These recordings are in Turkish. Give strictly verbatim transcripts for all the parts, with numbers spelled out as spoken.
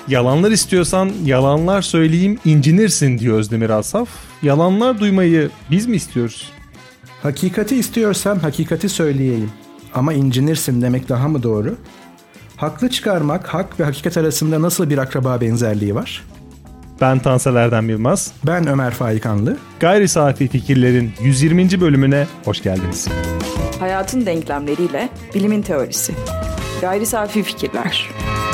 Yalanlar istiyorsan yalanlar söyleyeyim incinirsin diyor Özdemir Asaf. Yalanlar duymayı biz mi istiyoruz? Hakikati istiyorsan hakikati söyleyeyim. Ama incinirsin demek daha mı doğru? Haklı çıkarmak, hak ve hakikat arasında nasıl bir akraba benzerliği var? Ben Tansel Erdem Yılmaz. Ben Ömer Faikanlı. Gayri Safi Fikirler'in yüz yirminci bölümüne hoş geldiniz. Hayatın denklemleriyle bilimin teorisi. Gayri Safi Fikirler.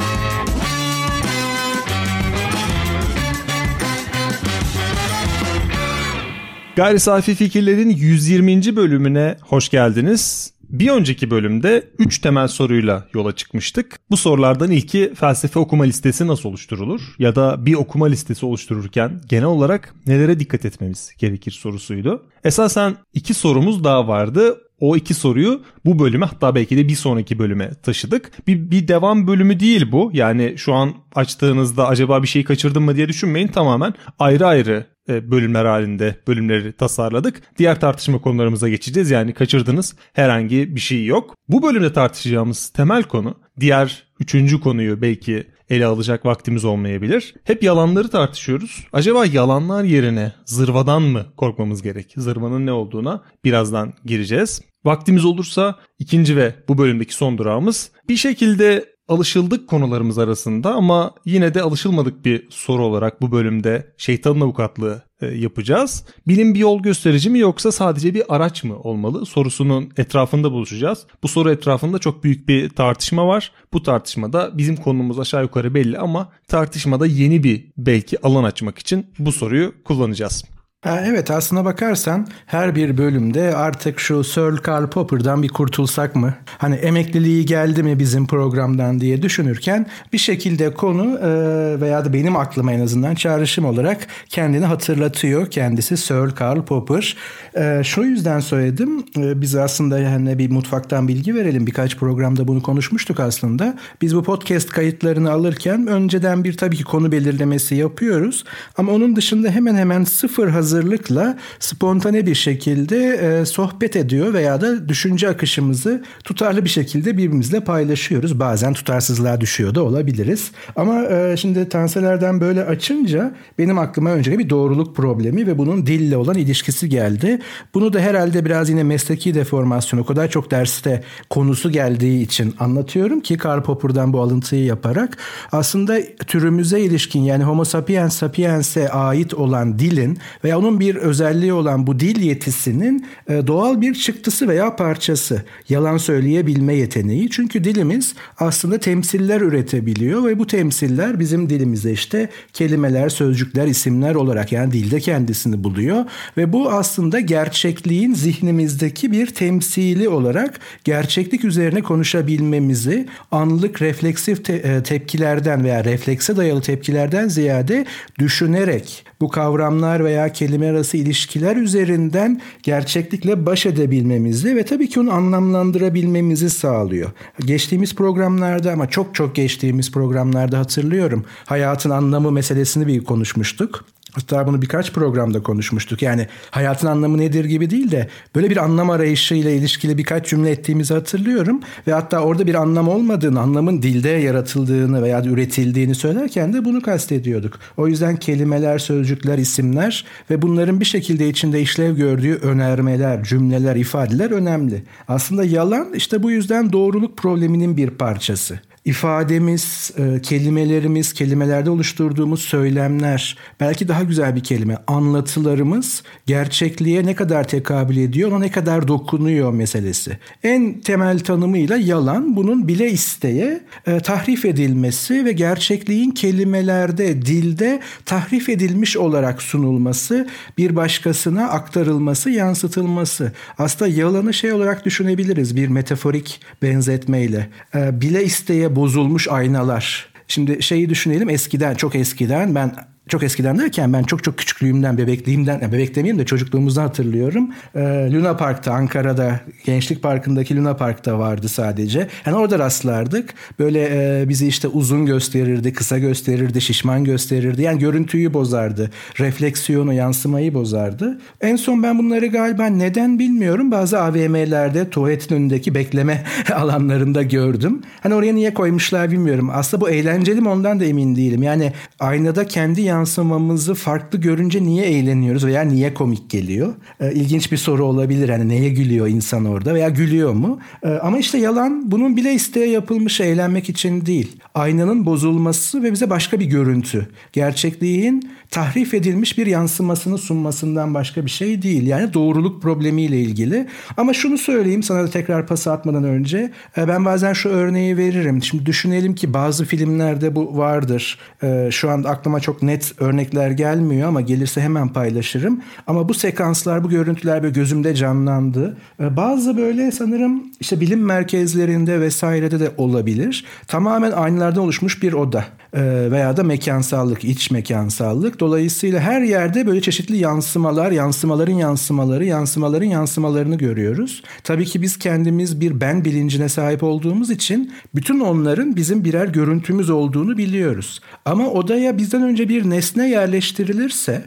Gayri Safi Fikirler'in yüz yirminci bölümüne hoş geldiniz. Bir önceki bölümde üç temel soruyla yola çıkmıştık. Bu sorulardan ilki felsefe okuma listesi nasıl oluşturulur? Ya da bir okuma listesi oluştururken genel olarak nelere dikkat etmemiz gerekir sorusuydu. Esasen iki sorumuz daha vardı. O iki soruyu bu bölüme, hatta belki de bir sonraki bölüme taşıdık. Bir, bir devam bölümü değil bu. Yani şu an açtığınızda acaba bir şey kaçırdım mı diye düşünmeyin. Tamamen ayrı ayrı bölümler halinde bölümleri tasarladık. Diğer tartışma konularımıza geçeceğiz. Yani kaçırdığınız herhangi bir şey yok. Bu bölümde tartışacağımız temel konu, diğer üçüncü konuyu belki ele alacak vaktimiz olmayabilir. Hep yalanları tartışıyoruz. Acaba yalanlar yerine zırvadan mı korkmamız gerek? Zırvanın ne olduğuna birazdan gireceğiz. Vaktimiz olursa ikinci ve bu bölümdeki son durağımız bir şekilde alışıldık konularımız arasında ama yine de alışılmadık bir soru olarak bu bölümde şeytanın avukatlığı e, yapacağız. Bilim bir yol gösterici mi yoksa sadece bir araç mı olmalı sorusunun etrafında buluşacağız. Bu soru etrafında çok büyük bir tartışma var. Bu tartışmada bizim konumuz aşağı yukarı belli ama tartışmada yeni bir belki alan açmak için bu soruyu kullanacağız. Ha, evet, aslına bakarsan her bir bölümde artık şu Sir Karl Popper'dan bir kurtulsak mı? Hani emekliliği geldi mi bizim programdan diye düşünürken bir şekilde konu e, veya da benim aklıma en azından çağrışım olarak kendini hatırlatıyor kendisi Sir Karl Popper. E, şu yüzden söyledim. E, biz aslında yani bir mutfaktan bilgi verelim. Birkaç programda bunu konuşmuştuk aslında. Biz bu podcast kayıtlarını alırken önceden bir tabii ki konu belirlemesi yapıyoruz. Ama onun dışında hemen hemen sıfır hazır hazırlıkla spontane bir şekilde e, sohbet ediyor veya da düşünce akışımızı tutarlı bir şekilde birbirimizle paylaşıyoruz. Bazen tutarsızlığa düşüyor da olabiliriz. Ama e, şimdi Tanselerden böyle açınca benim aklıma önce bir doğruluk problemi ve bunun dille olan ilişkisi geldi. Bunu da herhalde biraz yine mesleki deformasyon, o kadar çok derste konusu geldiği için anlatıyorum ki Karl Popper'dan bu alıntıyı yaparak aslında türümüze ilişkin, yani Homo sapiens sapiens'e ait olan dilin veya onun bir özelliği olan bu dil yetisinin doğal bir çıktısı veya parçası. Yalan söyleyebilme yeteneği. Çünkü dilimiz aslında temsiller üretebiliyor ve bu temsiller bizim dilimizde işte kelimeler, sözcükler, isimler olarak, yani dilde kendisini buluyor ve bu aslında gerçekliğin zihnimizdeki bir temsili olarak gerçeklik üzerine konuşabilmemizi anlık refleksif te- tepkilerden veya reflekse dayalı tepkilerden ziyade düşünerek bu kavramlar veya kelime arası ilişkiler üzerinden gerçeklikle baş edebilmemizi ve tabii ki onu anlamlandırabilmemizi sağlıyor. Geçtiğimiz programlarda, ama çok çok geçtiğimiz programlarda hatırlıyorum, hayatın anlamı meselesini bir konuşmuştuk. Hatta bunu birkaç programda konuşmuştuk. Yani hayatın anlamı nedir gibi değil de böyle bir anlam arayışıyla ilişkili birkaç cümle ettiğimizi hatırlıyorum. Ve hatta orada bir anlam olmadığını, anlamın dilde yaratıldığını veya üretildiğini söylerken de bunu kastediyorduk. O yüzden kelimeler, sözcükler, isimler ve bunların bir şekilde içinde işlev gördüğü önermeler, cümleler, ifadeler önemli. Aslında yalan işte bu yüzden doğruluk probleminin bir parçası. İfademiz, kelimelerimiz, kelimelerde oluşturduğumuz söylemler, belki daha güzel bir kelime, anlatılarımız gerçekliğe ne kadar tekabül ediyor, ona ne kadar dokunuyor meselesi. En temel tanımıyla yalan, bunun bile isteye tahrif edilmesi ve gerçekliğin kelimelerde, dilde tahrif edilmiş olarak sunulması, bir başkasına aktarılması, yansıtılması. Aslında yalanı şey olarak düşünebiliriz, bir metaforik benzetmeyle. Bile isteye bozulmuş aynalar. Şimdi şeyi düşünelim, eskiden, çok eskiden, ben çok eskiden derken ben çok çok küçüklüğümden, bebekliğimden, yani bebek demeyeyim de çocukluğumuzdan hatırlıyorum. Ee, Luna Park'ta, Ankara'da, Gençlik Parkı'ndaki Luna Park'ta vardı sadece. Yani orada rastlardık. Böyle e, bizi işte uzun gösterirdi, kısa gösterirdi, şişman gösterirdi. Yani görüntüyü bozardı. Refleksiyonu, yansımayı bozardı. En son ben bunları galiba neden bilmiyorum. Bazı A V M'lerde tuvaletin önündeki bekleme alanlarında gördüm. Hani oraya niye koymuşlar bilmiyorum. Aslında bu eğlenceli mi ondan da emin değilim. Yani aynada kendi yansımamızı farklı görünce niye eğleniyoruz veya niye komik geliyor? Ee, ilginç bir soru olabilir. Hani neye gülüyor insan orada veya gülüyor mu? Ee, ama işte yalan bunun bile isteye yapılmış, eğlenmek için değil. Aynanın bozulması ve bize başka bir görüntü. Gerçekliğin tahrif edilmiş bir yansımasını sunmasından başka bir şey değil. Yani doğruluk problemiyle ilgili. Ama şunu söyleyeyim sana da tekrar pası atmadan önce. Ben bazen şu örneği veririm. Şimdi düşünelim ki bazı filmlerde bu vardır. Şu an aklıma çok net örnekler gelmiyor ama gelirse hemen paylaşırım. Ama bu sekanslar, bu görüntüler böyle gözümde canlandı. Bazı böyle sanırım işte bilim merkezlerinde vesairede de olabilir. Tamamen aynalardan oluşmuş bir oda. Veya da mekansallık, iç mekansallık. Dolayısıyla her yerde böyle çeşitli yansımalar, yansımaların yansımaları, yansımaların yansımalarını görüyoruz. Tabii ki biz kendimiz bir ben bilincine sahip olduğumuz için bütün onların bizim birer görüntümüz olduğunu biliyoruz. Ama odaya bizden önce bir nesne yerleştirilirse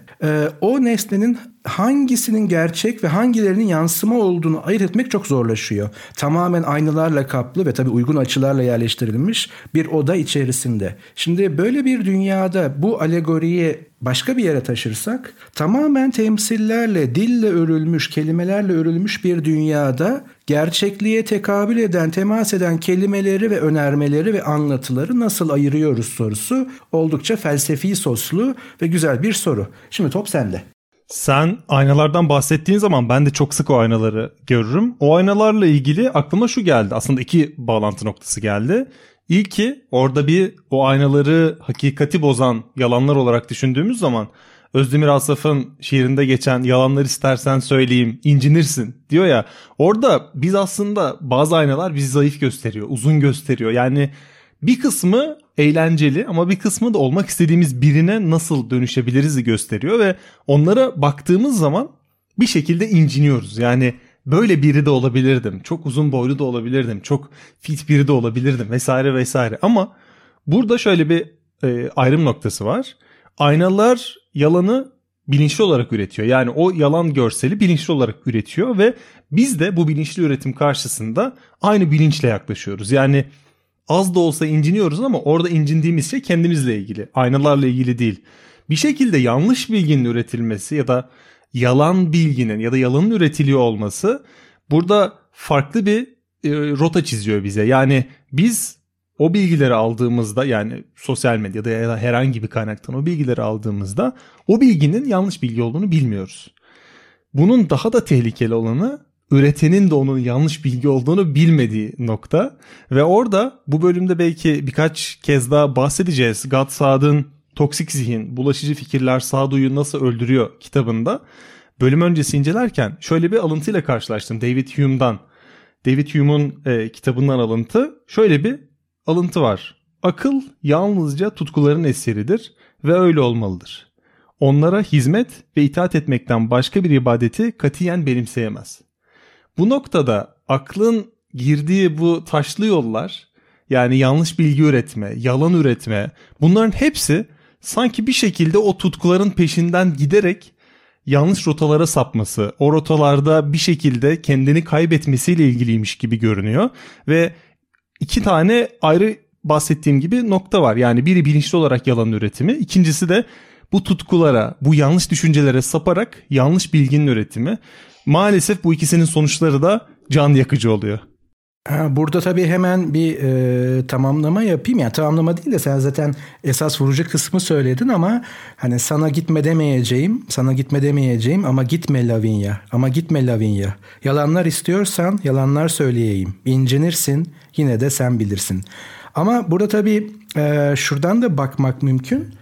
o nesnenin hangisinin gerçek ve hangilerinin yansıma olduğunu ayırt etmek çok zorlaşıyor. Tamamen aynalarla kaplı ve tabii uygun açılarla yerleştirilmiş bir oda içerisinde. Şimdi böyle bir dünyada bu alegoriyi başka bir yere taşırsak tamamen temsillerle, dille örülmüş, kelimelerle örülmüş bir dünyada gerçekliğe tekabül eden, temas eden kelimeleri ve önermeleri ve anlatıları nasıl ayırıyoruz sorusu oldukça felsefi soslu ve güzel bir soru. Şimdi top sende. Sen aynalardan bahsettiğin zaman ben de çok sık o aynaları görürüm. O aynalarla ilgili aklıma şu geldi. Aslında iki bağlantı noktası geldi. İlki orada bir o aynaları hakikati bozan yalanlar olarak düşündüğümüz zaman Özdemir Asaf'ın şiirinde geçen yalanlar istersen söyleyeyim incinirsin diyor ya. Orada biz aslında bazı aynalar bizi zayıf gösteriyor, uzun gösteriyor. Yani bir kısmı eğlenceli ama bir kısmı da olmak istediğimiz birine nasıl dönüşebiliriz gösteriyor ve onlara baktığımız zaman bir şekilde inciniyoruz. Yani böyle biri de olabilirdim, çok uzun boylu da olabilirdim, çok fit biri de olabilirdim vesaire vesaire. Ama burada şöyle bir e, ayrım noktası var. Aynalar yalanı bilinçli olarak üretiyor. Yani o yalan görseli bilinçli olarak üretiyor ve biz de bu bilinçli üretim karşısında aynı bilinçle yaklaşıyoruz. Yani az da olsa inciniyoruz ama orada incindiğimiz şey kendimizle ilgili, aynalarla ilgili değil. Bir şekilde yanlış bilginin üretilmesi ya da yalan bilginin ya da yalanın üretiliyor olması burada farklı bir e, rota çiziyor bize. Yani biz o bilgileri aldığımızda, yani sosyal medyada ya da herhangi bir kaynaktan o bilgileri aldığımızda o bilginin yanlış bilgi olduğunu bilmiyoruz. Bunun daha da tehlikeli olanı üretenin de onun yanlış bilgi olduğunu bilmediği nokta. Ve orada bu bölümde belki birkaç kez daha bahsedeceğiz. Gad Saad'ın Toksik Zihin, Bulaşıcı Fikirler Sağduyu Nasıl Öldürüyor kitabında bölüm öncesi incelerken şöyle bir alıntıyla karşılaştım David Hume'dan. David Hume'un e, kitabından alıntı. Şöyle bir alıntı var. Akıl yalnızca tutkuların eseridir ve öyle olmalıdır. Onlara hizmet ve itaat etmekten başka bir ibadeti katiyen benimseyemez. Bu noktada aklın girdiği bu taşlı yollar, yani yanlış bilgi üretme, yalan üretme, bunların hepsi sanki bir şekilde o tutkuların peşinden giderek yanlış rotalara sapması, o rotalarda bir şekilde kendini kaybetmesiyle ilgiliymiş gibi görünüyor. Ve iki tane ayrı bahsettiğim gibi nokta var. Yani biri bilinçli olarak yalan üretimi, ikincisi de bu tutkulara, bu yanlış düşüncelere saparak yanlış bilginin üretimi. Maalesef bu ikisinin sonuçları da can yakıcı oluyor. Burada tabii hemen bir e, tamamlama yapayım. Yani tamamlama değil de sen zaten esas vurucu kısmı söyledin ama hani sana gitme demeyeceğim, sana gitme demeyeceğim ama gitme Lavinia, ama gitme Lavinia. Yalanlar istiyorsan yalanlar söyleyeyim. İncinirsin, yine de sen bilirsin. Ama burada tabii e, şuradan da bakmak mümkün.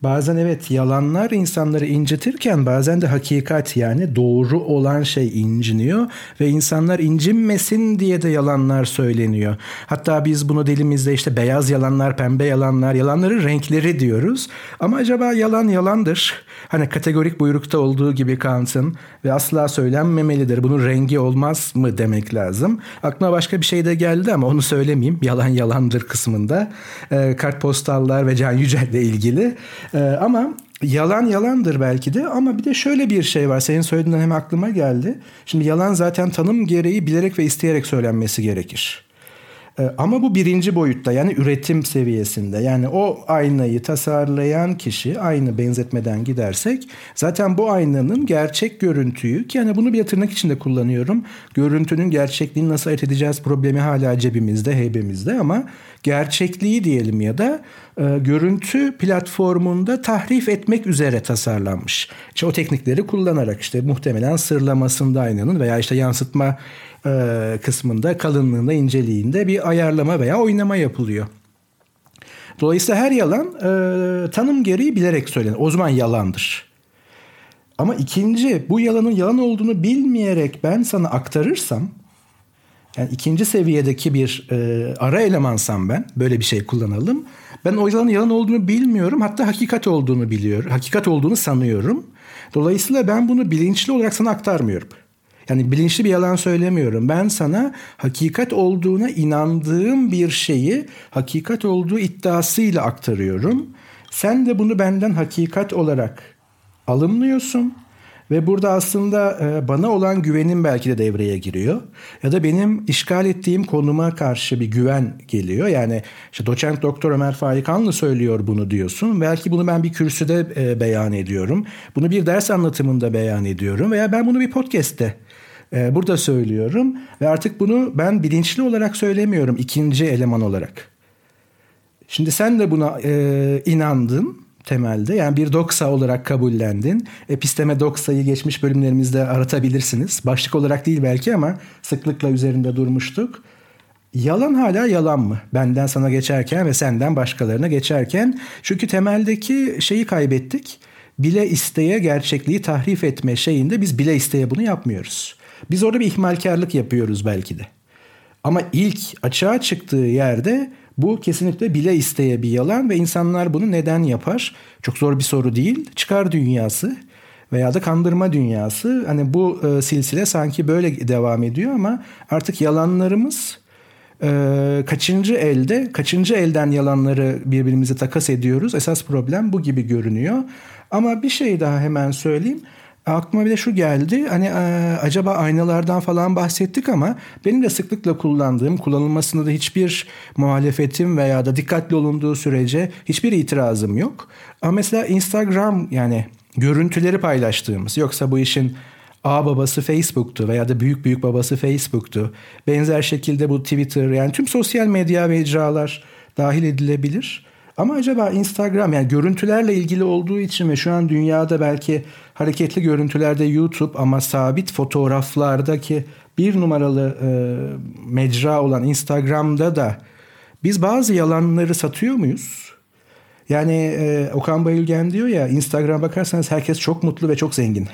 Bazen evet yalanlar insanları incitirken bazen de hakikat, yani doğru olan şey inciniyor ve insanlar incinmesin diye de yalanlar söyleniyor. Hatta biz bunu dilimizde işte beyaz yalanlar, pembe yalanlar, yalanların renkleri diyoruz. Ama acaba yalan yalandır. Hani kategorik buyrukta olduğu gibi Kant'ın ve asla söylenmemelidir, bunun rengi olmaz mı demek lazım. Aklıma başka bir şey de geldi ama onu söylemeyeyim. Yalan yalandır kısmında. E, kartpostallar ve Can Yücel'le ilgili. Ee, ama yalan yalandır belki de, ama bir de şöyle bir şey var. Senin söylediğinden hemen aklıma geldi. Şimdi yalan zaten tanım gereği bilerek ve isteyerek söylenmesi gerekir. Ee, ama bu birinci boyutta, yani üretim seviyesinde. Yani o aynayı tasarlayan kişi, aynı benzetmeden gidersek zaten bu aynanın gerçek görüntüyü, ki yani bunu bir tırnak içinde kullanıyorum. Görüntünün gerçekliğini nasıl ayırt edeceğiz problemi hala cebimizde, heybemizde, ama gerçekliği diyelim ya da e, görüntü platformunda tahrif etmek üzere tasarlanmış. İşte o teknikleri kullanarak işte muhtemelen sırlamasında aynanın veya işte yansıtma e, kısmında kalınlığında, inceliğinde bir ayarlama veya oynama yapılıyor. Dolayısıyla her yalan e, tanım gereği bilerek söylenir. O zaman yalandır. Ama ikinci, bu yalanın yalan olduğunu bilmeyerek ben sana aktarırsam, yani ikinci seviyedeki bir e, ara elemansam ben, böyle bir şey kullanalım. Ben o yalanın yalan olduğunu bilmiyorum, hatta hakikat olduğunu biliyorum. Hakikat olduğunu sanıyorum. Dolayısıyla ben bunu bilinçli olarak sana aktarmıyorum. Yani bilinçli bir yalan söylemiyorum. Ben sana hakikat olduğuna inandığım bir şeyi hakikat olduğu iddiasıyla aktarıyorum. Sen de bunu benden hakikat olarak alımlıyorsun. Ve burada aslında bana olan güvenim belki de devreye giriyor. Ya da benim işgal ettiğim konuma karşı bir güven geliyor. Yani işte doçent doktor Ömer Faikanlı söylüyor bunu diyorsun. Belki bunu ben bir kürsüde beyan ediyorum. Bunu bir ders anlatımında beyan ediyorum. Veya ben bunu bir podcast'te burada söylüyorum. Ve artık bunu ben bilinçli olarak söylemiyorum, ikinci eleman olarak. Şimdi sen de buna e, inandın. Temelde, yani bir doksa olarak kabullendin. Episteme doksayı geçmiş bölümlerimizde aratabilirsiniz. Başlık olarak değil belki ama sıklıkla üzerinde durmuştuk. Yalan hala yalan mı? Benden sana geçerken ve senden başkalarına geçerken. Çünkü temeldeki şeyi kaybettik. Bile isteye gerçekliği tahrif etme şeyinde biz bile isteye bunu yapmıyoruz. Biz orada bir ihmalkarlık yapıyoruz belki de. Ama ilk açığa çıktığı yerde bu kesinlikle bile isteye bir yalan ve insanlar bunu neden yapar? Çok zor bir soru değil. Çıkar dünyası veya da kandırma dünyası. Hani bu e, silsile sanki böyle devam ediyor ama artık yalanlarımız e, kaçıncı elde, kaçıncı elden yalanları birbirimize takas ediyoruz. Esas problem bu gibi görünüyor. Ama bir şey daha hemen söyleyeyim. Aklıma bir de şu geldi, hani e, acaba aynalardan falan bahsettik ama benim de sıklıkla kullandığım, kullanılmasında da hiçbir muhalefetim veya da dikkatli olunduğu sürece hiçbir itirazım yok. Ama mesela Instagram, yani görüntüleri paylaştığımız, yoksa bu işin ağ babası Facebook'tu veya da büyük büyük babası Facebook'tu. Benzer şekilde bu Twitter, yani tüm sosyal medya ve icralar dahil edilebilir. Ama acaba Instagram, yani görüntülerle ilgili olduğu için ve şu an dünyada belki hareketli görüntülerde YouTube ama sabit fotoğraflardaki bir numaralı e, mecra olan Instagram'da da biz bazı yalanları satıyor muyuz? Yani e, Okan Bayülgen diyor ya, Instagram'a bakarsanız herkes çok mutlu ve çok zengin.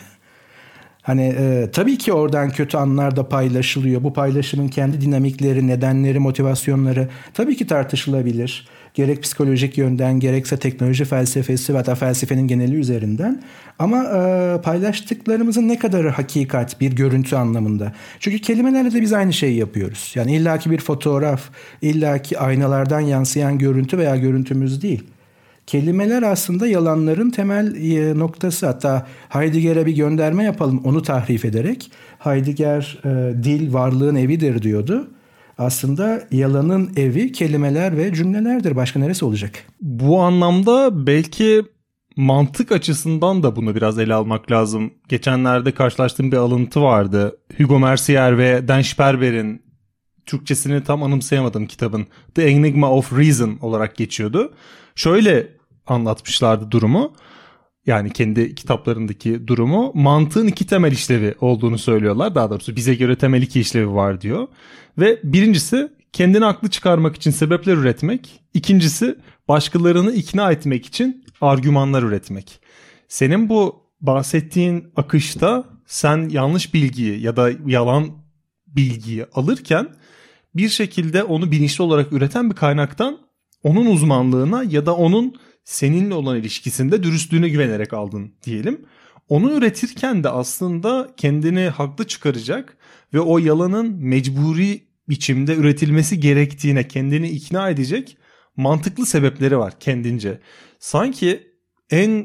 Hani e, tabii ki oradan kötü anlar da paylaşılıyor. Bu paylaşımın kendi dinamikleri, nedenleri, motivasyonları tabii ki tartışılabilir. Gerek psikolojik yönden, gerekse teknoloji felsefesi ve hatta felsefenin geneli üzerinden. Ama e, paylaştıklarımızın ne kadarı hakikat, bir görüntü anlamında. Çünkü kelimelerle de biz aynı şeyi yapıyoruz. Yani illaki bir fotoğraf, illaki aynalardan yansıyan görüntü veya görüntümüz değil. Kelimeler aslında yalanların temel noktası. Hatta Heidegger'e bir gönderme yapalım onu tahrif ederek. Heidegger e, dil varlığın evidir diyordu. Aslında yalanın evi kelimeler ve cümlelerdir. Başka neresi olacak? Bu anlamda belki mantık açısından da bunu biraz ele almak lazım. Geçenlerde karşılaştığım bir alıntı vardı. Hugo Mercier ve Dan Sperber'in, Türkçesini tam anımsayamadım kitabın, The Enigma of Reason olarak geçiyordu. Şöyle anlatmışlardı durumu. Yani kendi kitaplarındaki durumu. Mantığın iki temel işlevi olduğunu söylüyorlar. Daha doğrusu bize göre temel iki işlevi var diyor. Ve birincisi kendini haklı çıkarmak için sebepler üretmek. İkincisi başkalarını ikna etmek için argümanlar üretmek. Senin bu bahsettiğin akışta sen yanlış bilgiyi ya da yalan bilgiyi alırken bir şekilde onu bilinçli olarak üreten bir kaynaktan onun uzmanlığına ya da onun seninle olan ilişkisinde dürüstlüğüne güvenerek aldın diyelim. Onu üretirken de aslında kendini haklı çıkaracak ve o yalanın mecburi biçimde üretilmesi gerektiğine kendini ikna edecek mantıklı sebepleri var kendince. Sanki en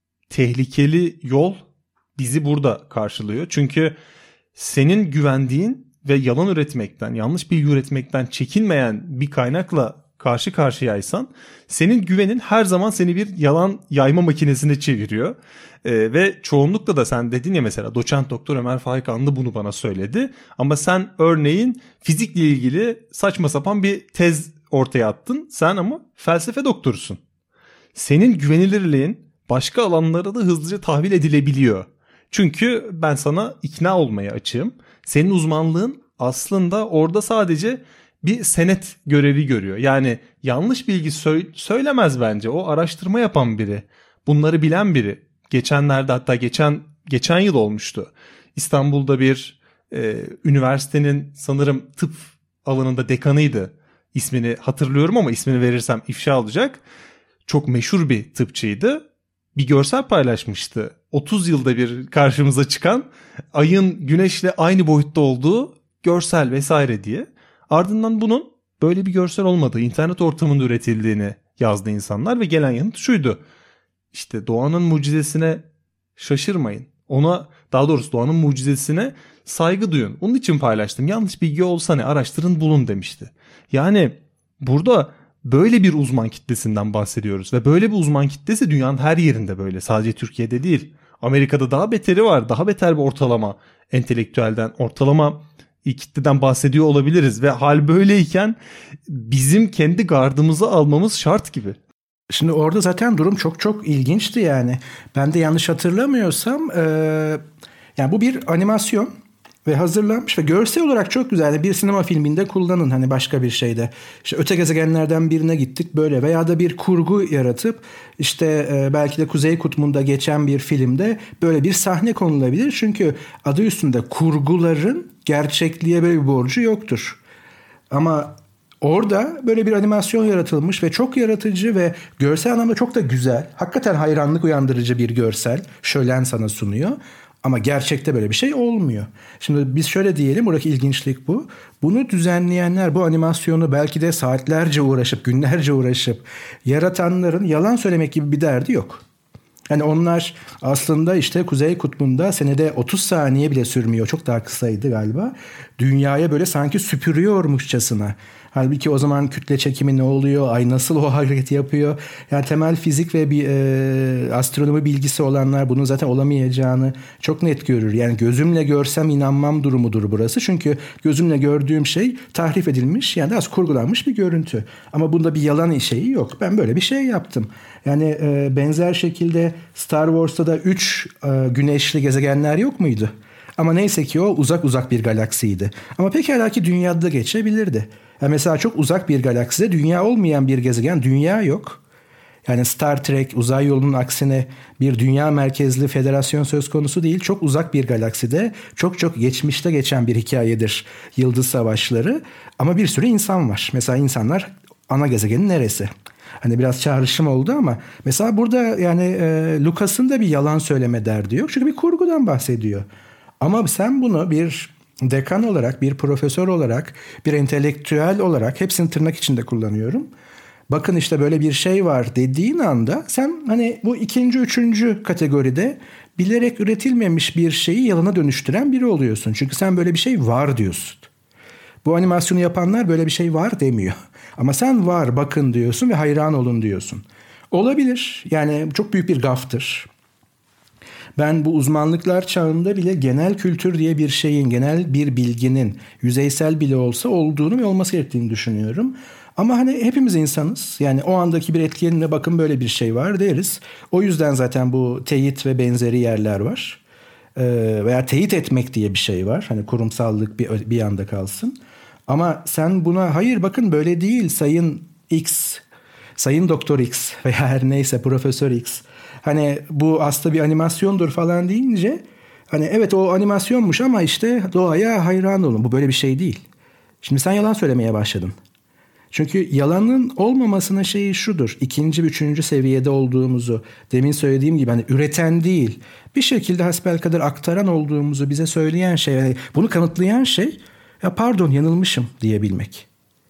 tehlikeli yol bizi burada karşılıyor. Çünkü senin güvendiğin ve yalan üretmekten, yanlış bilgi üretmekten çekinmeyen bir kaynakla karşı karşıyaysan senin güvenin her zaman seni bir yalan yayma makinesine çeviriyor. Ee, ve çoğunlukla da sen dedin ya, mesela doçent doktor Ömer Faik Anlı bunu bana söyledi. Ama sen örneğin fizikle ilgili saçma sapan bir tez ortaya attın. Sen ama felsefe doktorusun. Senin güvenilirliğin başka alanlara da hızlıca tahvil edilebiliyor. Çünkü ben sana ikna olmaya açığım. Senin uzmanlığın aslında orada sadece bir senet görevi görüyor. Yani yanlış bilgi sö- söylemez bence. O araştırma yapan biri. Bunları bilen biri. Geçenlerde, hatta geçen geçen yıl olmuştu. İstanbul'da bir e, üniversitenin sanırım tıp alanında dekanıydı. İsmini hatırlıyorum ama ismini verirsem ifşa olacak. Çok meşhur bir tıpçıydı. Bir görsel paylaşmıştı. otuz yılda bir karşımıza çıkan ayın güneşle aynı boyutta olduğu görsel vesaire diye. Ardından bunun böyle bir görsel olmadığı, internet ortamında üretildiğini yazdı insanlar ve gelen yanıt şuydu. İşte doğanın mucizesine şaşırmayın. Ona, daha doğrusu doğanın mucizesine saygı duyun. Onun için paylaştım. Yanlış bilgi olsa ne, araştırın bulun demişti. Yani burada böyle bir uzman kitlesinden bahsediyoruz ve böyle bir uzman kitlesi dünyanın her yerinde böyle. Sadece Türkiye'de değil. Amerika'da daha beteri var. Daha beter bir ortalama entelektüelden, ortalama kitleden bahsediyor olabiliriz ve hal böyleyken bizim kendi gardımızı almamız şart gibi. Şimdi orada zaten durum çok çok ilginçti yani. Ben de yanlış hatırlamıyorsam e, yani bu bir animasyon ve hazırlanmış ve görsel olarak çok güzel. Bir sinema filminde kullanın, hani başka bir şeyde. İşte öte gezegenlerden birine gittik böyle, veya da bir kurgu yaratıp işte e, belki de Kuzey Kutbu'nda geçen bir filmde böyle bir sahne konulabilir. Çünkü adı üstünde kurguların gerçekliğe böyle bir borcu yoktur. Ama orada böyle bir animasyon yaratılmış ve çok yaratıcı ve görsel anlamda çok da güzel. Hakikaten hayranlık uyandırıcı bir görsel. Şölen sana sunuyor. Ama gerçekte böyle bir şey olmuyor. Şimdi biz şöyle diyelim, buradaki ilginçlik bu. Bunu düzenleyenler, bu animasyonu belki de saatlerce uğraşıp, günlerce uğraşıp yaratanların yalan söylemek gibi bir derdi yok. Yani onlar aslında işte Kuzey Kutbu'nda senede otuz saniye bile sürmüyor. Çok daha kısaydı galiba. Dünyaya böyle sanki süpürüyormuşçasına. Halbuki o zaman kütle çekimi ne oluyor? Ay nasıl o hareketi yapıyor? Yani temel fizik ve bir e, astronomi bilgisi olanlar bunun zaten olamayacağını çok net görür. Yani gözümle görsem inanmam durumudur burası. Çünkü gözümle gördüğüm şey tahrif edilmiş, yani az kurgulanmış bir görüntü. Ama bunda bir yalan şeyi yok. Ben böyle bir şey yaptım. Yani e, benzer şekilde Star Wars'ta da üç e, güneşli gezegenler yok muydu? Ama neyse ki o uzak uzak bir galaksiydi. Ama pekala ki dünyada geçebilirdi. Yani mesela çok uzak bir galakside dünya olmayan bir gezegen, dünya yok. Yani Star Trek, uzay yolunun aksine bir dünya merkezli federasyon söz konusu değil. Çok uzak bir galakside çok çok geçmişte geçen bir hikayedir Yıldız Savaşları. Ama bir sürü insan var. Mesela insanlar, ana gezegenin neresi? Hani biraz çağrışım oldu ama mesela burada yani e, Lucas'ın da bir yalan söyleme derdi yok. Çünkü bir kurgudan bahsediyor. Ama sen bunu bir dekan olarak, bir profesör olarak, bir entelektüel olarak, hepsini tırnak içinde kullanıyorum. Bakın işte böyle bir şey var dediğin anda sen hani bu ikinci, üçüncü kategoride bilerek üretilmemiş bir şeyi yalana dönüştüren biri oluyorsun. Çünkü sen böyle bir şey var diyorsun. Bu animasyonu yapanlar böyle bir şey var demiyor. Ama sen var bakın diyorsun ve hayran olun diyorsun. Olabilir. Yani çok büyük bir gaftır. Ben bu uzmanlıklar çağında bile genel kültür diye bir şeyin, genel bir bilginin yüzeysel bile olsa olduğunu ve olması gerektiğini düşünüyorum. Ama hani hepimiz insanız. Yani o andaki bir etkilenimle bakın böyle bir şey var deriz. O yüzden zaten bu teyit ve benzeri yerler var. Ee, veya teyit etmek diye bir şey var. Hani kurumsallık bir, bir yanda kalsın. Ama sen buna hayır bakın böyle değil Sayın X, Sayın Doktor X veya her neyse Profesör X. Hani bu aslında bir animasyondur falan deyince hani evet o animasyonmuş ama işte doğaya hayran olun. Bu böyle bir şey değil. Şimdi sen yalan söylemeye başladın. Çünkü yalanın olmamasının şeyi şudur. İkinci, üçüncü seviyede olduğumuzu demin söylediğim gibi hani üreten değil bir şekilde hasbelkader aktaran olduğumuzu bize söyleyen şey, yani bunu kanıtlayan şey ya pardon yanılmışım diyebilmek.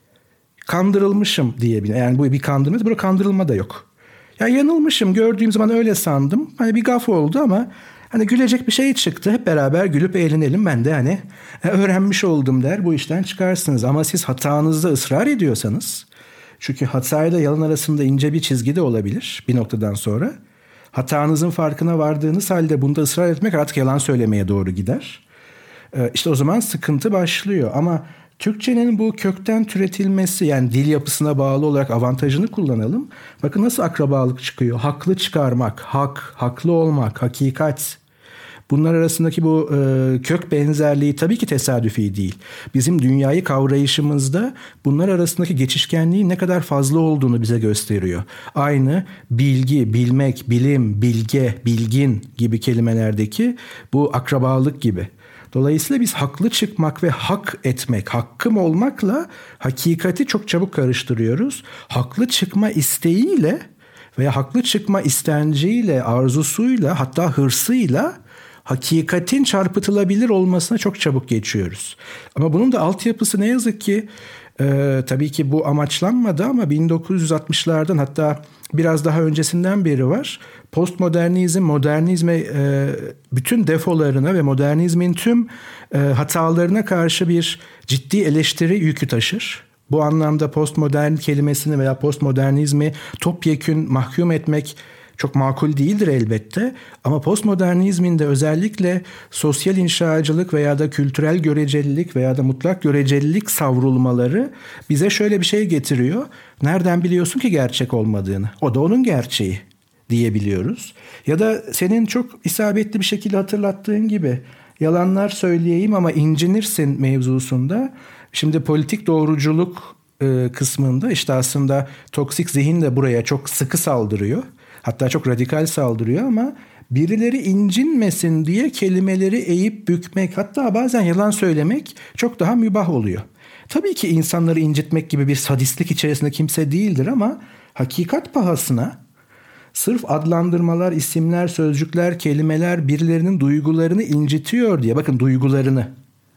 Kandırılmışım diyebilmek. Yani bu bir kandırma, burada kandırılma da yok. Ya yanılmışım gördüğüm zaman öyle sandım. Hani bir gaf oldu ama hani gülecek bir şey çıktı. Hep beraber gülüp eğlenelim. Ben de hani öğrenmiş oldum der. Bu işten çıkarsınız. Ama siz hatanızda ısrar ediyorsanız, çünkü hatayla yalan arasında ince bir çizgi de olabilir bir noktadan sonra. Hatanızın farkına vardığınız halde bunda ısrar etmek artık yalan söylemeye doğru gider. İşte o zaman sıkıntı başlıyor. Ama Türkçenin bu kökten türetilmesi, yani dil yapısına bağlı olarak avantajını kullanalım. Bakın nasıl akrabalık çıkıyor. Haklı çıkarmak, hak, haklı olmak, hakikat. Bunlar arasındaki bu e, kök benzerliği tabii ki tesadüfi değil. Bizim dünyayı kavrayışımızda bunlar arasındaki geçişkenliğin ne kadar fazla olduğunu bize gösteriyor. Aynı bilgi, bilmek, bilim, bilge, bilgin gibi kelimelerdeki bu akrabalık gibi. Dolayısıyla biz haklı çıkmak ve hak etmek, hakkım olmakla hakikati çok çabuk karıştırıyoruz. Haklı çıkma isteğiyle veya haklı çıkma istenciyle, arzusuyla, hatta hırsıyla hakikatin çarpıtılabilir olmasına çok çabuk geçiyoruz. Ama bunun da altyapısı ne yazık ki e, tabii ki bu amaçlanmadı ama bin dokuz yüz altmışlardan hatta biraz daha öncesinden beri var. Postmodernizm, modernizme e, bütün defolarına ve modernizmin tüm e, hatalarına karşı bir ciddi eleştiri yükü taşır. Bu anlamda postmodern kelimesini veya postmodernizmi topyekün mahkum etmek çok makul değildir elbette. Ama postmodernizmin de özellikle sosyal inşacılık veya da kültürel görecelilik veya da mutlak görecelilik savrulmaları bize şöyle bir şey getiriyor. Nereden biliyorsun ki gerçek olmadığını? O da onun gerçeği diyebiliyoruz. Ya da senin çok isabetli bir şekilde hatırlattığın gibi yalanlar söyleyeyim ama incinirsin mevzusunda. Şimdi politik doğruculuk e, kısmında işte aslında toksik zihin de buraya çok sıkı saldırıyor. Hatta çok radikal saldırıyor ama birileri incinmesin diye kelimeleri eğip bükmek, hatta bazen yalan söylemek çok daha mübah oluyor. Tabii ki insanları incitmek gibi bir sadistlik içerisinde kimse değildir ama hakikat pahasına sırf adlandırmalar, isimler, sözcükler, kelimeler birilerinin duygularını incitiyor diye, bakın duygularını,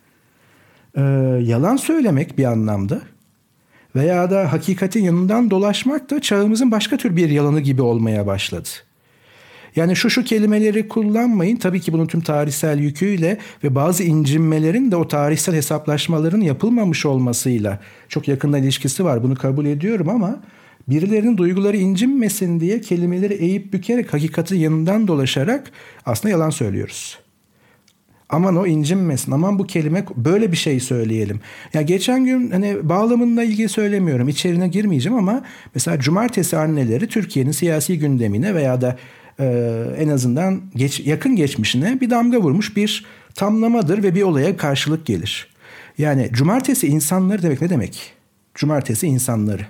ee, yalan söylemek bir anlamda veya da hakikatin yanından dolaşmak da çağımızın başka tür bir yalanı gibi olmaya başladı. Yani şu şu kelimeleri kullanmayın. Tabii ki bunun tüm tarihsel yüküyle ve bazı incinmelerin de o tarihsel hesaplaşmaların yapılmamış olmasıyla çok yakından ilişkisi var. Bunu kabul ediyorum ama birilerinin duyguları incinmesin diye kelimeleri eğip bükerek hakikatin yanından dolaşarak aslında yalan söylüyoruz. Aman o incinmesin, aman bu kelime böyle bir şey söyleyelim. Ya geçen gün hani bağlamınla ilgili söylemiyorum, içeriğine girmeyeceğim ama mesela cumartesi anneleri Türkiye'nin siyasi gündemine veya da e, en azından geç, yakın geçmişine bir damga vurmuş bir tamlamadır ve bir olaya karşılık gelir. Yani cumartesi insanları demek ne demek? Cumartesi insanları.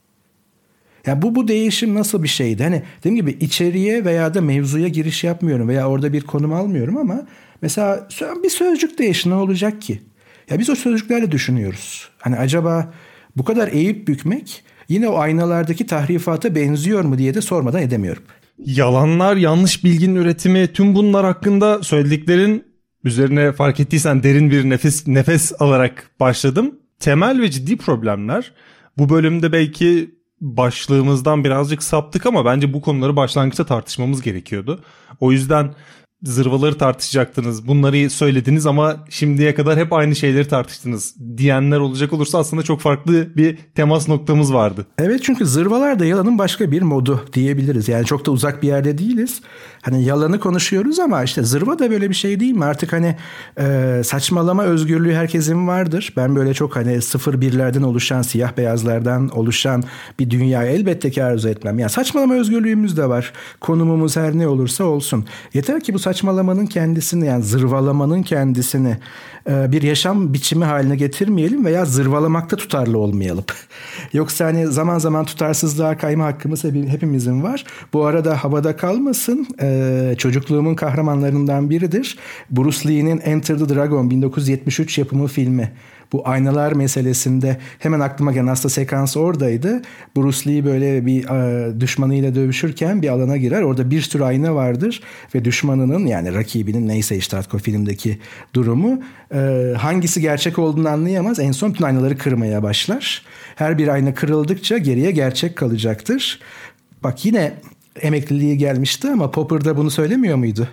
Ya bu bu değişim nasıl bir şeydi? Hani dediğim gibi içeriye veya da mevzuya giriş yapmıyorum veya orada bir konum almıyorum ama mesela bir sözcük değişti ne olacak ki? Ya biz o sözcüklerle düşünüyoruz. Hani acaba bu kadar eğip bükmek yine o aynalardaki tahrifata benziyor mu diye de sormadan edemiyorum. Yalanlar, yanlış bilginin üretimi, tüm bunlar hakkında söylediklerin üzerine fark ettiysen derin bir nefes nefes alarak başladım. Temel ve ciddi problemler. Bu bölümde belki başlığımızdan birazcık saptık ama bence bu konuları başlangıçta tartışmamız gerekiyordu. O yüzden zırvaları tartışacaktınız, bunları söylediniz ama şimdiye kadar hep aynı şeyleri tartıştınız diyenler olacak olursa aslında çok farklı bir temas noktamız vardı. Evet, çünkü zırvalar da yalanın başka bir modu diyebiliriz. Yani çok da uzak bir yerde değiliz. Hani yalanı konuşuyoruz ama işte zırva da böyle bir şey değil mi? Artık hani e, saçmalama özgürlüğü herkesin vardır. Ben böyle çok hani sıfır birlerden oluşan, siyah beyazlardan oluşan bir dünyayı elbette ki arzu etmem. Yani saçmalama özgürlüğümüz de var. Konumumuz her ne olursa olsun. Yeter ki bu saçmalama saçmalamanın kendisini, yani zırvalamanın kendisini bir yaşam biçimi haline getirmeyelim veya zırvalamakta tutarlı olmayalım. Yoksa hani zaman zaman tutarsızlığa kayma hakkımız hepimizin var. Bu arada havada kalmasın, çocukluğumun kahramanlarından biridir. Bruce Lee'nin Enter the Dragon bin dokuz yüz yetmiş üç yapımı filmi. Bu aynalar meselesinde hemen aklıma gelen aslında sekans oradaydı. Bruce Lee böyle bir e, düşmanıyla dövüşürken bir alana girer. Orada bir sürü ayna vardır ve düşmanının, yani rakibinin, neyse işte artık o filmdeki durumu, e, hangisi gerçek olduğunu anlayamaz. En son bütün aynaları kırmaya başlar. Her bir ayna kırıldıkça geriye gerçek kalacaktır. Bak yine emekliliği gelmişti ama Popper da bunu söylemiyor muydu?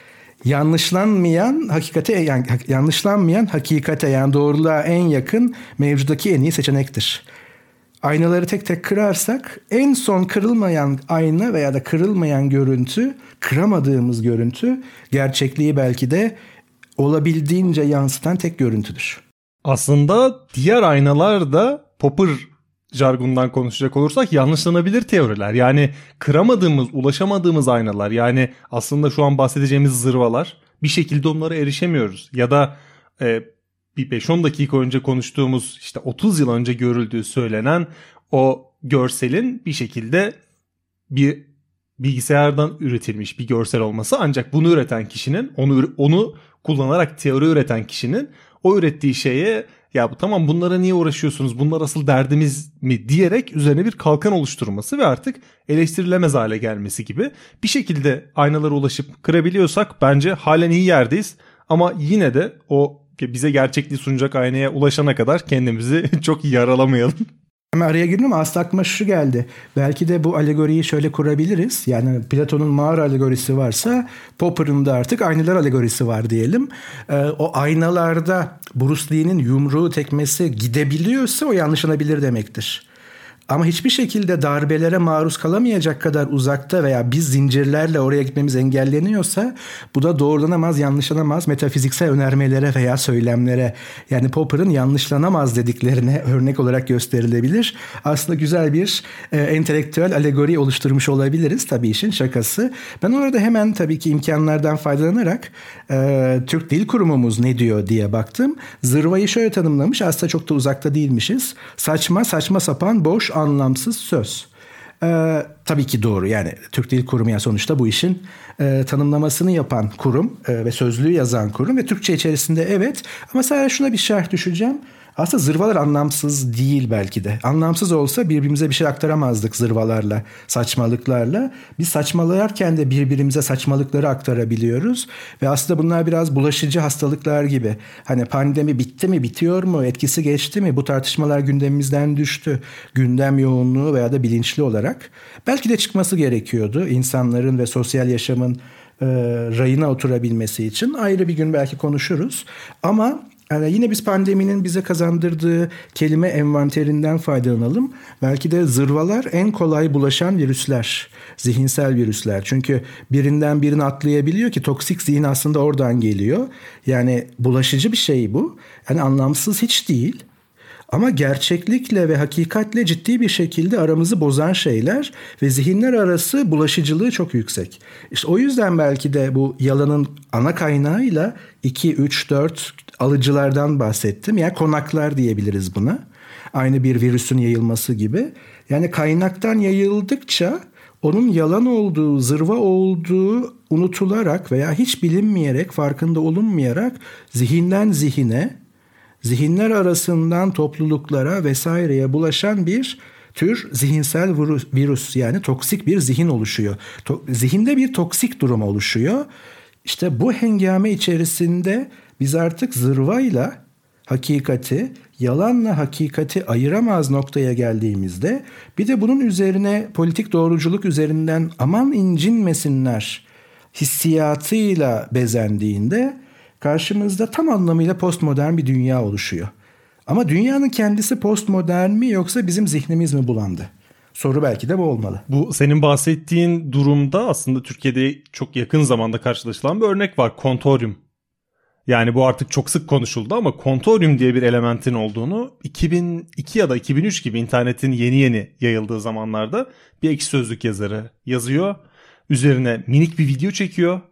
Yanlışlanmayan hakikate, yani yanlışlanmayan hakikate, yani doğruluğa en yakın mevcudaki en iyi seçenektir. Aynaları tek tek kırarsak en son kırılmayan ayna veya da kırılmayan görüntü, kıramadığımız görüntü, gerçekliği belki de olabildiğince yansıtan tek görüntüdür. Aslında diğer aynalar da Popper jargondan konuşacak olursak yanlışlanabilir teoriler. Yani kıramadığımız, ulaşamadığımız aynalar, yani aslında şu an bahsedeceğimiz zırvalar, bir şekilde onlara erişemiyoruz. Ya da e, bir beş on dakika önce konuştuğumuz, işte otuz yıl önce görüldüğü söylenen o görselin bir şekilde bir bilgisayardan üretilmiş bir görsel olması, ancak bunu üreten kişinin, onu onu kullanarak teori üreten kişinin o ürettiği şeye ya tamam bunlara niye uğraşıyorsunuz, bunlar asıl derdimiz mi diyerek üzerine bir kalkan oluşturması ve artık eleştirilemez hale gelmesi gibi. Bir şekilde aynalara ulaşıp kırabiliyorsak bence halen iyi yerdeyiz, ama yine de o bize gerçekliği sunacak aynaya ulaşana kadar kendimizi çok yaralamayalım. Hemen araya girdim ama aslında aklıma şu geldi. Belki de bu alegoriyi şöyle kurabiliriz. Yani Platon'un mağara alegorisi varsa Popper'ın da artık aynalar alegorisi var diyelim. Ee, o aynalarda Bruce Lee'nin yumruğu, tekmesi gidebiliyorsa o yanlışlanabilir demektir. Ama hiçbir şekilde darbelere maruz kalamayacak kadar uzakta veya biz zincirlerle oraya gitmemiz engelleniyorsa bu da doğrulanamaz, yanlışlanamaz metafiziksel önermelere veya söylemlere, yani Popper'ın yanlışlanamaz dediklerine örnek olarak gösterilebilir. Aslında güzel bir e, entelektüel alegori oluşturmuş olabiliriz, tabii işin şakası. Ben orada hemen tabii ki imkanlardan faydalanarak e, Türk Dil Kurumumuz ne diyor diye baktım. Zırvayı şöyle tanımlamış, aslında çok da uzakta değilmişiz. Saçma, saçma sapan, boş, anlamsız söz. Ee, tabii ki doğru, yani Türk Dil Kurumu ya sonuçta bu işin e, tanımlamasını yapan kurum e, ve sözlüğü yazan kurum ve Türkçe içerisinde evet, ama sadece şuna bir şerh düşeceğim. Aslında zırvalar anlamsız değil belki de. Anlamsız olsa birbirimize bir şey aktaramazdık zırvalarla, saçmalıklarla. Biz saçmalarken de birbirimize saçmalıkları aktarabiliyoruz. Ve aslında bunlar biraz bulaşıcı hastalıklar gibi. Hani pandemi bitti mi, bitiyor mu, etkisi geçti mi? Bu tartışmalar gündemimizden düştü. Gündem yoğunluğu veya da bilinçli olarak. Belki de çıkması gerekiyordu insanların ve sosyal yaşamın e, rayına oturabilmesi için. Ayrı bir gün belki konuşuruz. Ama yani yine biz pandeminin bize kazandırdığı kelime envanterinden faydalanalım. Belki de zırvalar en kolay bulaşan virüsler, zihinsel virüsler. Çünkü birinden birine atlayabiliyor ki toksik zihin aslında oradan geliyor. Yani bulaşıcı bir şey bu. Yani anlamsız hiç değil. Ama gerçeklikle ve hakikatle ciddi bir şekilde aramızı bozan şeyler ve zihinler arası bulaşıcılığı çok yüksek. İşte o yüzden belki de bu yalanın ana kaynağıyla iki, üç, dört alıcılardan bahsettim. Yani konaklar diyebiliriz buna. Aynı bir virüsün yayılması gibi. Yani kaynaktan yayıldıkça onun yalan olduğu, zırva olduğu unutularak veya hiç bilinmeyerek, farkında olunmayarak zihinden zihine, zihinler arasından topluluklara vesaireye bulaşan bir tür zihinsel virüs, yani toksik bir zihin oluşuyor. To- zihinde bir toksik durum oluşuyor. İşte bu hengame içerisinde biz artık zırvayla hakikati, yalanla hakikati ayıramaz noktaya geldiğimizde, bir de bunun üzerine politik doğruculuk üzerinden aman incinmesinler hissiyatıyla bezendiğinde karşımızda tam anlamıyla postmodern bir dünya oluşuyor. Ama dünyanın kendisi postmodern mi yoksa bizim zihnimiz mi bulandı? Soru belki de bu olmalı. Bu senin bahsettiğin durumda aslında Türkiye'de çok yakın zamanda karşılaşılan bir örnek var. Kontoryum. Yani bu artık çok sık konuşuldu ama kontoryum diye bir elementin olduğunu iki bin iki ya da iki bin üç gibi internetin yeni yeni yayıldığı zamanlarda bir Ekşi Sözlük yazarı yazıyor. Üzerine minik bir video çekiyor.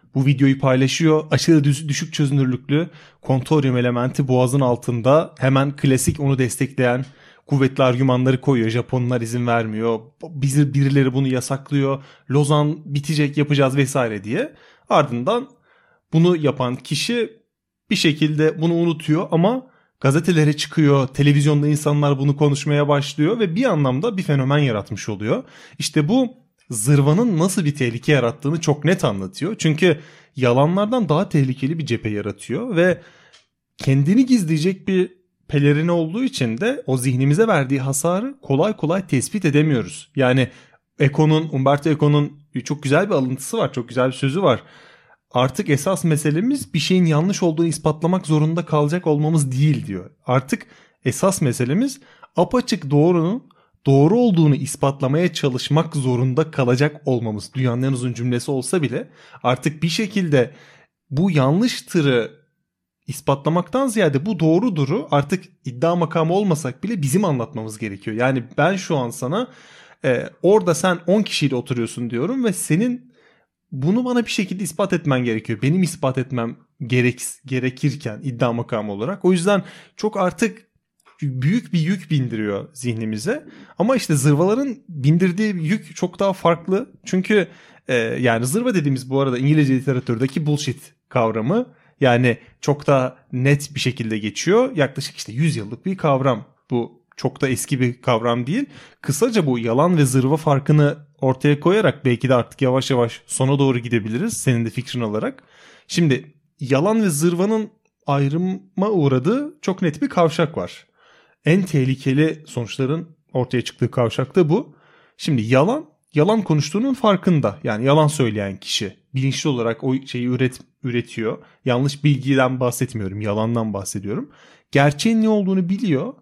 bu videoyu paylaşıyor. Aşırı düşük çözünürlüklü kontoryum elementi boğazın altında, hemen klasik onu destekleyen kuvvetli argümanları koyuyor. Japonlar izin vermiyor. Bizi birileri bunu yasaklıyor. Lozan bitecek, yapacağız vesaire diye. Ardından bunu yapan kişi bir şekilde bunu unutuyor ama gazetelere çıkıyor. Televizyonda insanlar bunu konuşmaya başlıyor ve bir anlamda bir fenomen yaratmış oluyor. İşte bu zırvanın nasıl bir tehlike yarattığını çok net anlatıyor. Çünkü yalanlardan daha tehlikeli bir cephe yaratıyor ve kendini gizleyecek bir pelerini olduğu için de o zihnimize verdiği hasarı kolay kolay tespit edemiyoruz. Yani Eco'nun, Umberto Eco'nun çok güzel bir alıntısı var, çok güzel bir sözü var. Artık esas meselemiz bir şeyin yanlış olduğunu ispatlamak zorunda kalacak olmamız değil diyor. Artık esas meselemiz apaçık doğrunun doğru olduğunu ispatlamaya çalışmak zorunda kalacak olmamız. Dünyanın en uzun cümlesi olsa bile artık bir şekilde bu yanlıştırı ispatlamaktan ziyade bu doğruduru artık iddia makamı olmasak bile bizim anlatmamız gerekiyor. Yani ben şu an sana e, orada sen on kişiyle oturuyorsun diyorum ve senin bunu bana bir şekilde ispat etmen gerekiyor. Benim ispat etmem gerek, gerekirken iddia makamı olarak. O yüzden çok artık büyük bir yük bindiriyor zihnimize. Ama işte zırvaların bindirdiği yük çok daha farklı. Çünkü e, yani zırva dediğimiz bu arada İngilizce literatürdeki bullshit kavramı. Yani çok da net bir şekilde geçiyor. Yaklaşık işte yüz yıllık bir kavram. Bu çok da eski bir kavram değil. Kısaca bu yalan ve zırva farkını ortaya koyarak belki de artık yavaş yavaş sona doğru gidebiliriz. Senin de fikrin olarak. Şimdi yalan ve zırvanın ayrıma uğradığı çok net bir kavşak var. En tehlikeli sonuçların ortaya çıktığı kavşak da bu. Şimdi yalan, yalan konuştuğunun farkında. Yani yalan söyleyen kişi bilinçli olarak o şeyi üret, üretiyor. Yanlış bilgiden bahsetmiyorum, yalandan bahsediyorum. Gerçeğin ne olduğunu biliyor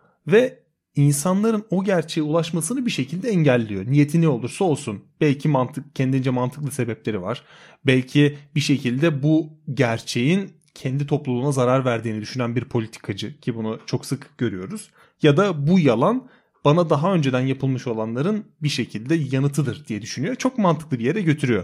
ve insanların o gerçeğe ulaşmasını bir şekilde engelliyor. Niyeti ne olursa olsun. Belki mantık, kendince mantıklı sebepleri var. Belki bir şekilde bu gerçeğin kendi topluluğuna zarar verdiğini düşünen bir politikacı, ki bunu çok sık görüyoruz. Ya da bu yalan bana daha önceden yapılmış olanların bir şekilde yanıtıdır diye düşünüyor. Çok mantıklı bir yere götürüyor.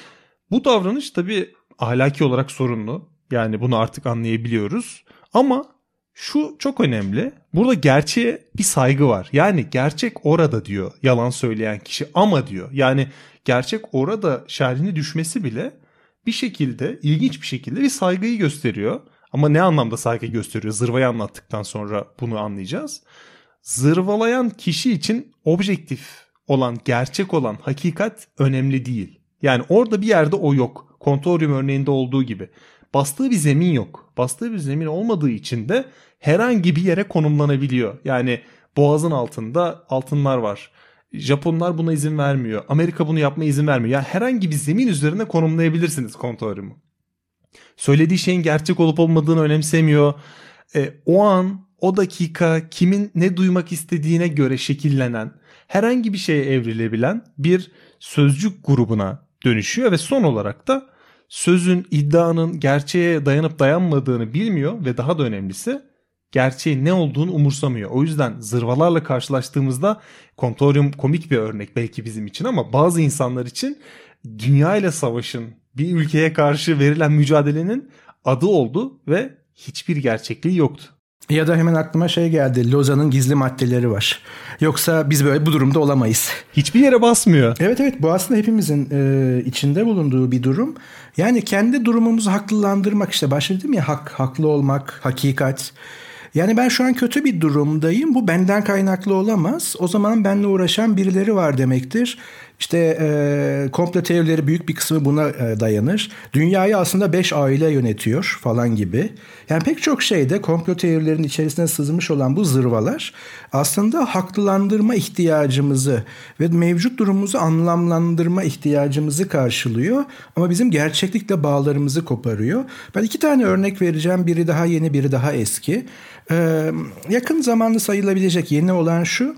Bu davranış tabii ahlaki olarak sorunlu. Yani bunu artık anlayabiliyoruz. Ama şu çok önemli. Burada gerçeğe bir saygı var. Yani gerçek orada diyor yalan söyleyen kişi, ama diyor. Yani gerçek orada şerhine düşmesi bile bir şekilde, ilginç bir şekilde bir saygıyı gösteriyor. Ama ne anlamda saygı gösteriyor? Zırvayı anlattıktan sonra bunu anlayacağız. Zırvalayan kişi için objektif olan, gerçek olan hakikat önemli değil. Yani orada bir yerde o yok. Kontoryum örneğinde olduğu gibi. Bastığı bir zemin yok. Bastığı bir zemin olmadığı için de herhangi bir yere konumlanabiliyor. Yani boğazın altında altınlar var. Japonlar buna izin vermiyor. Amerika bunu yapmaya izin vermiyor. Yani herhangi bir zemin üzerine konumlayabilirsiniz kontoryumu. Söylediği şeyin gerçek olup olmadığını önemsemiyor. E, o an, o dakika kimin ne duymak istediğine göre şekillenen, herhangi bir şeye evrilebilen bir sözcük grubuna dönüşüyor ve son olarak da sözün, iddianın gerçeğe dayanıp dayanmadığını bilmiyor ve daha da önemlisi gerçeğin ne olduğunu umursamıyor. O yüzden zırvalarla karşılaştığımızda kontoryum komik bir örnek belki bizim için ama bazı insanlar için dünya ile savaşın, bir ülkeye karşı verilen mücadelenin adı oldu ve hiçbir gerçekliği yoktu. Ya da hemen aklıma şey geldi. Lozan'ın gizli maddeleri var. Yoksa biz böyle bu durumda olamayız. Hiçbir yere basmıyor. Evet evet, bu aslında hepimizin e, içinde bulunduğu bir durum. Yani kendi durumumuzu haklılandırmak, işte başta dedim ya, hak, haklı olmak, hakikat. Yani ben şu an kötü bir durumdayım. Bu benden kaynaklı olamaz. O zaman benimle uğraşan birileri var demektir. İşte e, komplo teorileri büyük bir kısmı buna e, dayanır. Dünyayı aslında beş aile yönetiyor falan gibi. Yani pek çok şeyde komplo teorilerinin içerisine sızmış olan bu zırvalar aslında haklılandırma ihtiyacımızı ve mevcut durumumuzu anlamlandırma ihtiyacımızı karşılıyor. Ama bizim gerçeklikle bağlarımızı koparıyor. Ben iki tane örnek vereceğim. Biri daha yeni, biri daha eski. Ee, yakın zamanlı sayılabilecek yeni olan şu: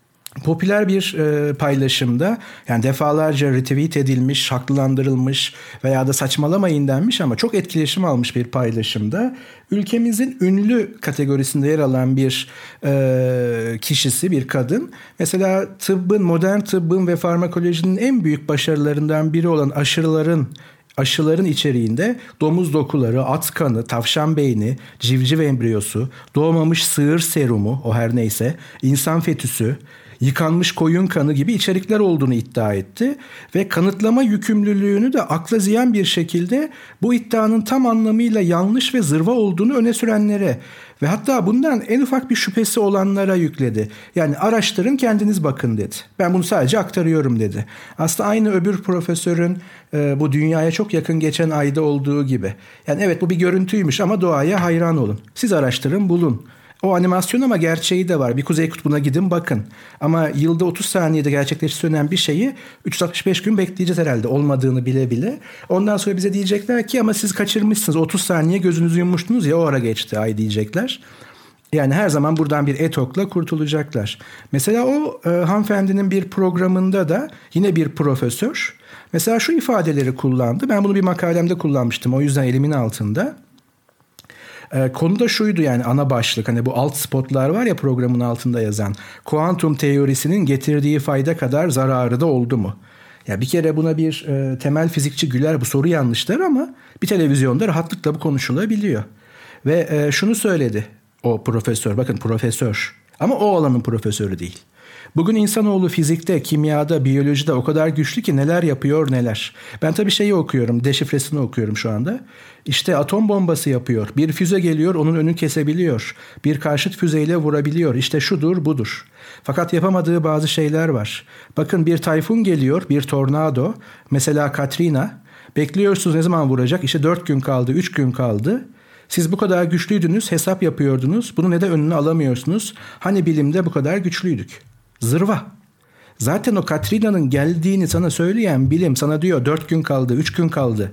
popüler bir e, paylaşımda, yani defalarca retweet edilmiş, haklılandırılmış veya da saçmalamayın denmiş ama çok etkileşim almış bir paylaşımda ülkemizin ünlü kategorisinde yer alan bir e, kişisi, bir kadın, mesela tıbbın, modern tıbbın ve farmakolojinin en büyük başarılarından biri olan aşıların aşıların içeriğinde domuz dokuları, at kanı, tavşan beyni, civciv embriyosu, doğmamış sığır serumu, o her neyse, insan fetüsü, yıkanmış koyun kanı gibi içerikler olduğunu iddia etti ve kanıtlama yükümlülüğünü de akla ziyan bir şekilde bu iddianın tam anlamıyla yanlış ve zırva olduğunu öne sürenlere ve hatta bundan en ufak bir şüphesi olanlara yükledi. Yani araştırın, kendiniz bakın dedi. Ben bunu sadece aktarıyorum dedi. Aslında aynı öbür profesörün e, bu dünyaya çok yakın geçen ayda olduğu gibi. Yani evet, bu bir görüntüymüş ama doğaya hayran olun. Siz araştırın, bulun. O animasyon ama gerçeği de var. Bir Kuzey Kutbu'na gidin bakın. Ama yılda otuz saniyede gerçekleştirilen bir şeyi üç yüz altmış beş gün bekleyeceğiz herhalde, olmadığını bile bile. Ondan sonra bize diyecekler ki ama siz kaçırmışsınız. otuz saniye gözünüzü yummuştunuz ya, o ara geçti ay diyecekler. Yani her zaman buradan bir etokla kurtulacaklar. Mesela o e, hanımefendinin bir programında da yine bir profesör mesela şu ifadeleri kullandı. Ben bunu bir makalemde kullanmıştım. O yüzden elimin altında. E, konu da şuydu, yani ana başlık, hani bu alt spotlar var ya programın altında yazan, kuantum teorisinin getirdiği fayda kadar zararı da oldu mu? Ya bir kere buna bir e, temel fizikçi güler, bu soru yanlışlar, ama bir televizyonda rahatlıkla bu konuşulabiliyor. Ve e, şunu söyledi o profesör, bakın profesör ama o alanın profesörü değil. Bugün insanoğlu fizikte, kimyada, biyolojide o kadar güçlü ki neler yapıyor neler. Ben tabii şeyi okuyorum, deşifresini okuyorum şu anda. İşte atom bombası yapıyor. Bir füze geliyor, onun önünü kesebiliyor. Bir karşıt füzeyle vurabiliyor. İşte şudur budur. Fakat yapamadığı bazı şeyler var. Bakın bir tayfun geliyor, bir tornado. Mesela Katrina. Bekliyorsunuz ne zaman vuracak? İşte dört gün kaldı, üç gün kaldı. Siz bu kadar güçlüydünüz, hesap yapıyordunuz. Bunu neden önüne alamıyorsunuz? Hani bilimde bu kadar güçlüydük. Zırva. Zaten o Katrina'nın geldiğini sana söyleyen bilim sana diyor dört gün kaldı, üç gün kaldı.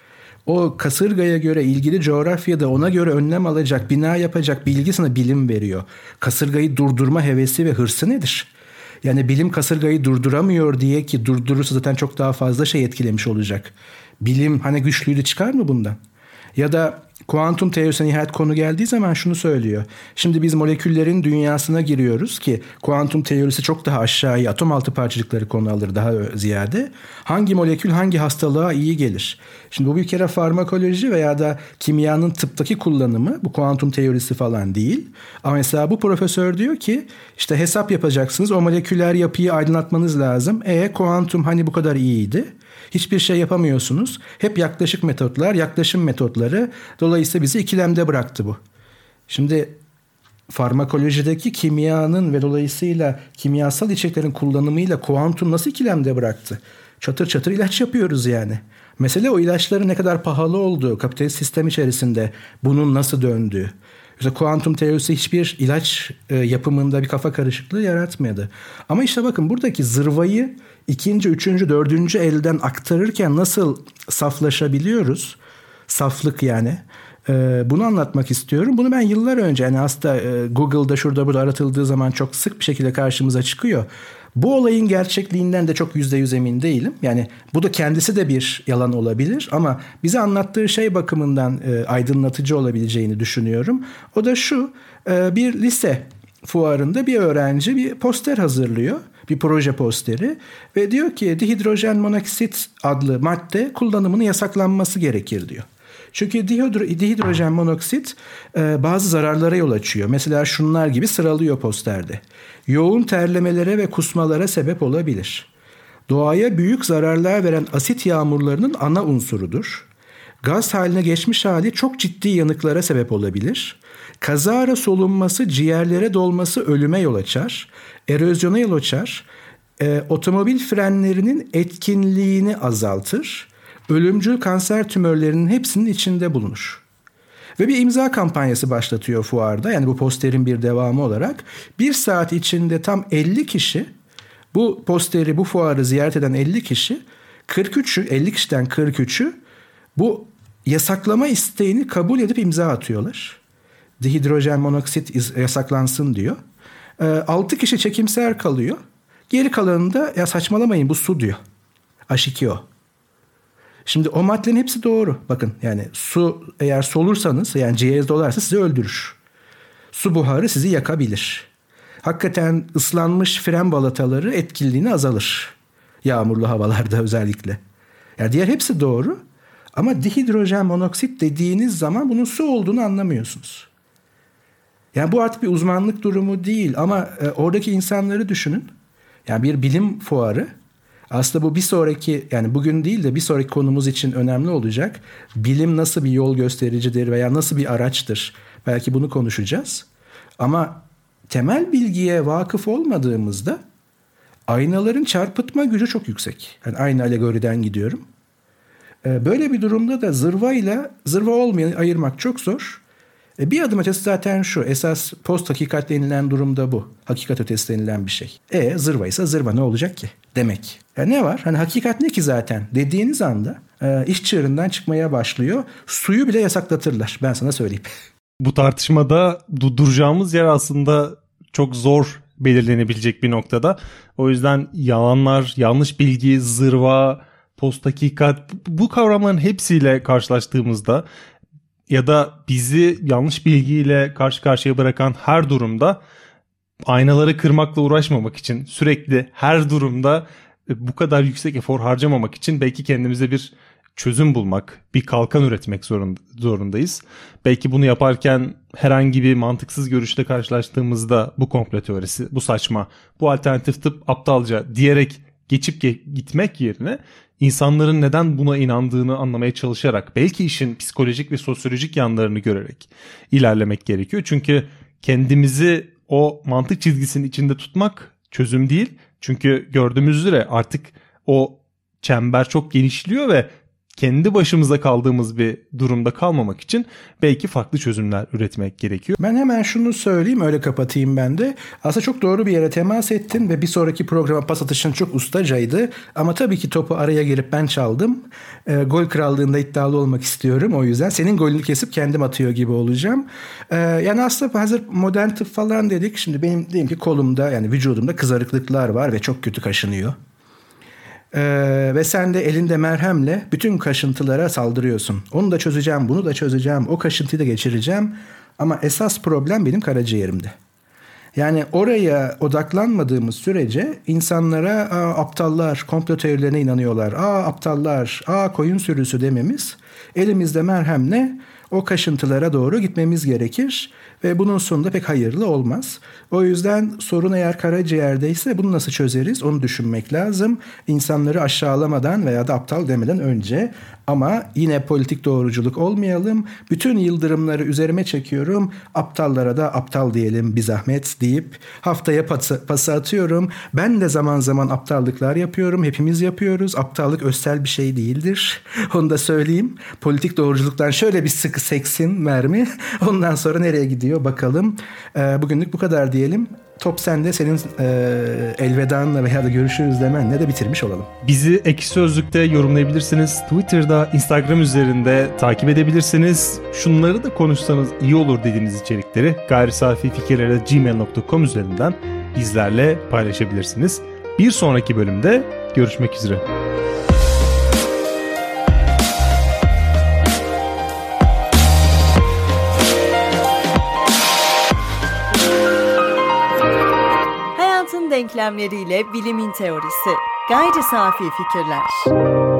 O kasırgaya göre ilgili coğrafyada ona göre önlem alacak, bina yapacak bilgi sana bilim veriyor. Kasırgayı durdurma hevesi ve hırsı nedir? Yani bilim kasırgayı durduramıyor diye ki durdurursa zaten çok daha fazla şey etkilemiş olacak. Bilim hani güçlüydü çıkar mı bundan? Ya da kuantum teorisine nihayet konu geldiği zaman şunu söylüyor. Şimdi biz moleküllerin dünyasına giriyoruz ki kuantum teorisi çok daha aşağıya atom altı parçacıkları konu alır daha ziyade. Hangi molekül hangi hastalığa iyi gelir? Şimdi bu bir kere farmakoloji veya da kimyanın tıptaki kullanımı, bu kuantum teorisi falan değil. Ama mesela bu profesör diyor ki işte hesap yapacaksınız, o moleküler yapıyı aydınlatmanız lazım. E kuantum hani bu kadar iyiydi? Hiçbir şey yapamıyorsunuz. Hep yaklaşık metotlar, yaklaşım metotları. Dolayısıyla bizi ikilemde bıraktı bu. Şimdi farmakolojideki kimyanın ve dolayısıyla kimyasal içeriklerin kullanımıyla kuantum nasıl ikilemde bıraktı? Çatır çatır ilaç yapıyoruz yani. Mesele o ilaçların ne kadar pahalı olduğu, kapitalist sistem içerisinde bunun nasıl döndüğü. İşte kuantum teorisi hiçbir ilaç e, yapımında bir kafa karışıklığı yaratmadı. Ama işte bakın buradaki zırvayı ikinci, üçüncü, dördüncü elden aktarırken nasıl saflaşabiliyoruz? Saflık yani. E, bunu anlatmak istiyorum. Bunu ben yıllar önce, yani aslında e, Google'da şurada burada aratıldığı zaman çok sık bir şekilde karşımıza çıkıyor. Bu olayın gerçekliğinden de çok yüzde yüz emin değilim. Yani bu da kendisi de bir yalan olabilir ama bize anlattığı şey bakımından e, aydınlatıcı olabileceğini düşünüyorum. O da şu, e, bir lise fuarında bir öğrenci bir poster hazırlıyor. Bir proje posteri ve diyor ki dihidrojen monoksit adlı madde kullanımının yasaklanması gerekir diyor. Çünkü dihidrojen monoksit e, bazı zararlara yol açıyor. Mesela şunlar gibi sıralıyor posterde. Yoğun terlemelere ve kusmalara sebep olabilir. Doğaya büyük zararlar veren asit yağmurlarının ana unsurudur. Gaz haline geçmiş hali çok ciddi yanıklara sebep olabilir. Kazara solunması, ciğerlere dolması ölüme yol açar. Erozyona yol açar. E, otomobil frenlerinin etkinliğini azaltır. Ölümcül kanser tümörlerinin hepsinin içinde bulunur. Ve bir imza kampanyası başlatıyor fuarda. Yani bu posterin bir devamı olarak. Bir saat içinde tam elli kişi, bu posteri, bu fuarı ziyaret eden elli kişi, kırk üçü, elli kişiden kırk üçü bu yasaklama isteğini kabul edip imza atıyorlar. Dihidrojen monoksit yasaklansın diyor. altı kişi çekimser kalıyor. Geri kalanında ya saçmalamayın bu su diyor. H iki O. Şimdi o maddelerin hepsi doğru. Bakın yani su eğer solursanız, yani ciğeriniz dolarsa sizi öldürür. Su buharı sizi yakabilir. Hakikaten ıslanmış fren balataları etkililiğini azalır. Yağmurlu havalarda özellikle. Yani diğer hepsi doğru. Ama dihidrojen monoksit dediğiniz zaman bunun su olduğunu anlamıyorsunuz. Yani bu artık bir uzmanlık durumu değil ama e, oradaki insanları düşünün. Yani bir bilim fuarı. Aslında bu bir sonraki, yani bugün değil de bir sonraki konumuz için önemli olacak. Bilim nasıl bir yol göstericidir veya nasıl bir araçtır? Belki bunu konuşacağız. Ama temel bilgiye vakıf olmadığımızda aynaların çarpıtma gücü çok yüksek. Yani aynı alegoriden gidiyorum. Böyle bir durumda da zırva ile zırva olmayanı ayırmak çok zor. Bir adım ötesi zaten şu. Esas post hakikat denilen durumda bu. Hakikat ötesi denilen bir şey. E zırva ise zırva ne olacak ki? Demek. Ya ne var? Hani hakikat ne ki zaten? Dediğiniz anda e, iş çığırından çıkmaya başlıyor. Suyu bile yasaklatırlar. Ben sana söyleyeyim. Bu tartışmada duracağımız yer aslında çok zor belirlenebilecek bir noktada. O yüzden yalanlar, yanlış bilgi, zırva, post hakikat, bu kavramların hepsiyle karşılaştığımızda ya da bizi yanlış bilgiyle karşı karşıya bırakan her durumda aynaları kırmakla uğraşmamak için, sürekli her durumda bu kadar yüksek efor harcamamak için belki kendimize bir çözüm bulmak, bir kalkan üretmek zorundayız. Belki bunu yaparken herhangi bir mantıksız görüşle karşılaştığımızda bu komplo teorisi, bu saçma, bu alternatif tıp aptalca diyerek geçip ge- gitmek yerine insanların neden buna inandığını anlamaya çalışarak, belki işin psikolojik ve sosyolojik yanlarını görerek ilerlemek gerekiyor. Çünkü kendimizi o mantık çizgisinin içinde tutmak çözüm değil. Çünkü gördüğümüz üzere artık o çember çok genişliyor ve kendi başımıza kaldığımız bir durumda kalmamak için belki farklı çözümler üretmek gerekiyor. Ben hemen şunu söyleyeyim, öyle kapatayım ben de. Aslında çok doğru bir yere temas ettin ve bir sonraki programa pas atışın çok ustacaydı. Ama tabii ki topu araya girip ben çaldım. E, gol krallığında iddialı olmak istiyorum o yüzden. Senin golünü kesip kendim atıyor gibi olacağım. E, yani aslında hazır modern tıp falan dedik. Şimdi benim diyelim ki kolumda, yani vücudumda kızarıklıklar var ve çok kötü kaşınıyor. Ee, ve sen de elinde merhemle bütün kaşıntılara saldırıyorsun. Onu da çözeceğim, bunu da çözeceğim, o kaşıntıyı da geçireceğim. Ama esas problem benim karaciğerimde. Yani oraya odaklanmadığımız sürece insanlara aa, aptallar, komplo teorilerine inanıyorlar. Aa aptallar, aa koyun sürüsü dememiz, elimizde merhemle o kaşıntılara doğru gitmemiz gerekir. Ve bunun sonunda pek hayırlı olmaz. O yüzden sorun eğer karaciğerdeyse bunu nasıl çözeriz onu düşünmek lazım. İnsanları aşağılamadan veya da aptal demeden önce. Ama yine politik doğruculuk olmayalım. Bütün yıldırımları üzerime çekiyorum. Aptallara da aptal diyelim bir zahmet deyip haftaya pası, pası atıyorum. Ben de zaman zaman aptallıklar yapıyorum. Hepimiz yapıyoruz. Aptallık özsel bir şey değildir. Onu da söyleyeyim. Politik doğruculuktan şöyle bir sıkı seksin mermi. Ondan sonra nereye gidiyor bakalım. Ee, bugünlük bu kadar diyelim. Top sende, senin e, elvedanla veya da görüşürüz demenle de bitirmiş olalım. Bizi Ekşi Sözlük'te yorumlayabilirsiniz. Twitter'da, Instagram üzerinde takip edebilirsiniz. Şunları da konuşsanız iyi olur dediğiniz içerikleri gayrisafifikirler at gmail nokta com üzerinden bizlerle paylaşabilirsiniz. Bir sonraki bölümde görüşmek üzere. Denklemleriyle bilimin teorisi. Gayri safi fikirler.